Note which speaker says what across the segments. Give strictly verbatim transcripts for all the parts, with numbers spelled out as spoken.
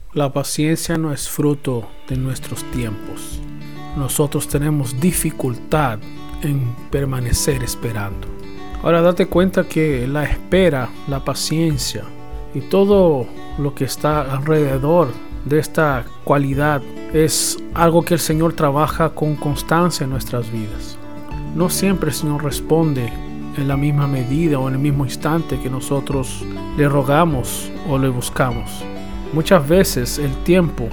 Speaker 1: La paciencia no es fruto de nuestros tiempos. Nosotros tenemos dificultad en permanecer esperando. Ahora date cuenta que la espera, la paciencia y todo lo que está alrededor de esta cualidad es algo que el Señor trabaja con constancia en nuestras vidas. No siempre el Señor responde en la misma medida o en el mismo instante que nosotros le rogamos o le buscamos. Muchas veces el tiempo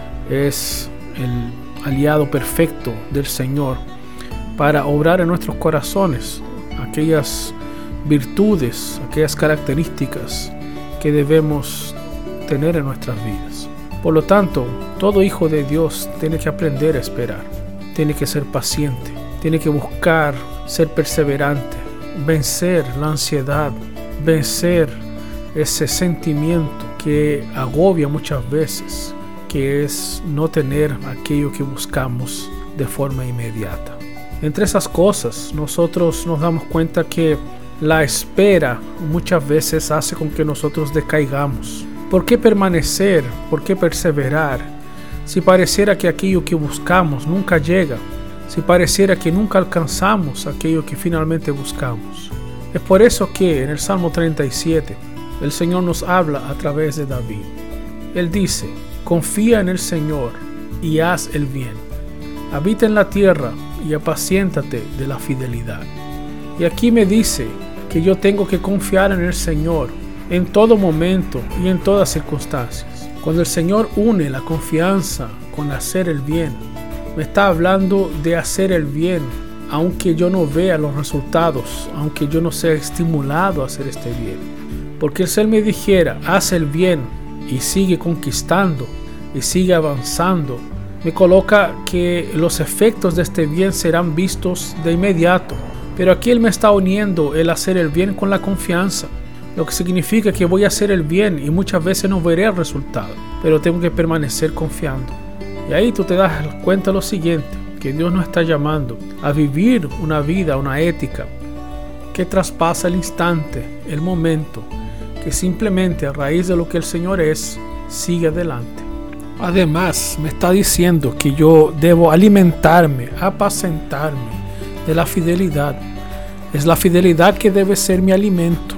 Speaker 1: es el aliado perfecto del Señor para obrar en nuestros corazones aquellas virtudes, aquellas características que debemos tener en nuestras vidas. Por lo tanto, todo hijo de Dios tiene que aprender a esperar, tiene que ser paciente, tiene que buscar ser perseverante, vencer la ansiedad, vencer ese sentimiento que agobia muchas veces, que es no tener aquello que buscamos de forma inmediata. Entre esas cosas, nosotros nos damos cuenta que la espera muchas veces hace con que nosotros decaigamos. ¿Por qué permanecer? ¿Por qué perseverar? Si pareciera que aquello que buscamos nunca llega, si pareciera que nunca alcanzamos aquello que finalmente buscamos. Es por eso que en el Salmo treinta y siete el Señor nos habla a través de David. Él dice: confía en el Señor y haz el bien. Habita en la tierra y apaciéntate de la fidelidad. Y aquí me dice que yo tengo que confiar en el Señor en todo momento y en todas circunstancias. Cuando el Señor une la confianza con hacer el bien, me está hablando de hacer el bien, aunque yo no vea los resultados, aunque yo no sea estimulado a hacer este bien. Porque si Él me dijera, haz el bien y sigue conquistando y sigue avanzando, me coloca que los efectos de este bien serán vistos de inmediato. Pero aquí Él me está uniendo el hacer el bien con la confianza, lo que significa que voy a hacer el bien y muchas veces no veré el resultado, pero tengo que permanecer confiando. Y ahí tú te das cuenta lo siguiente, que Dios nos está llamando a vivir una vida, una ética que traspasa el instante, el momento, que simplemente a raíz de lo que el Señor es, sigue adelante. Además, me está diciendo que yo debo alimentarme, apacentarme de la fidelidad. Es la fidelidad que debe ser mi alimento,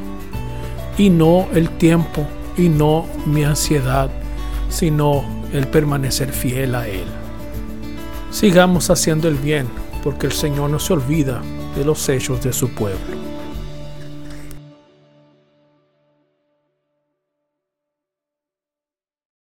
Speaker 1: y no el tiempo, y no mi ansiedad, sino el permanecer fiel a Él. Sigamos haciendo el bien, porque el Señor no se olvida de los hechos de su pueblo.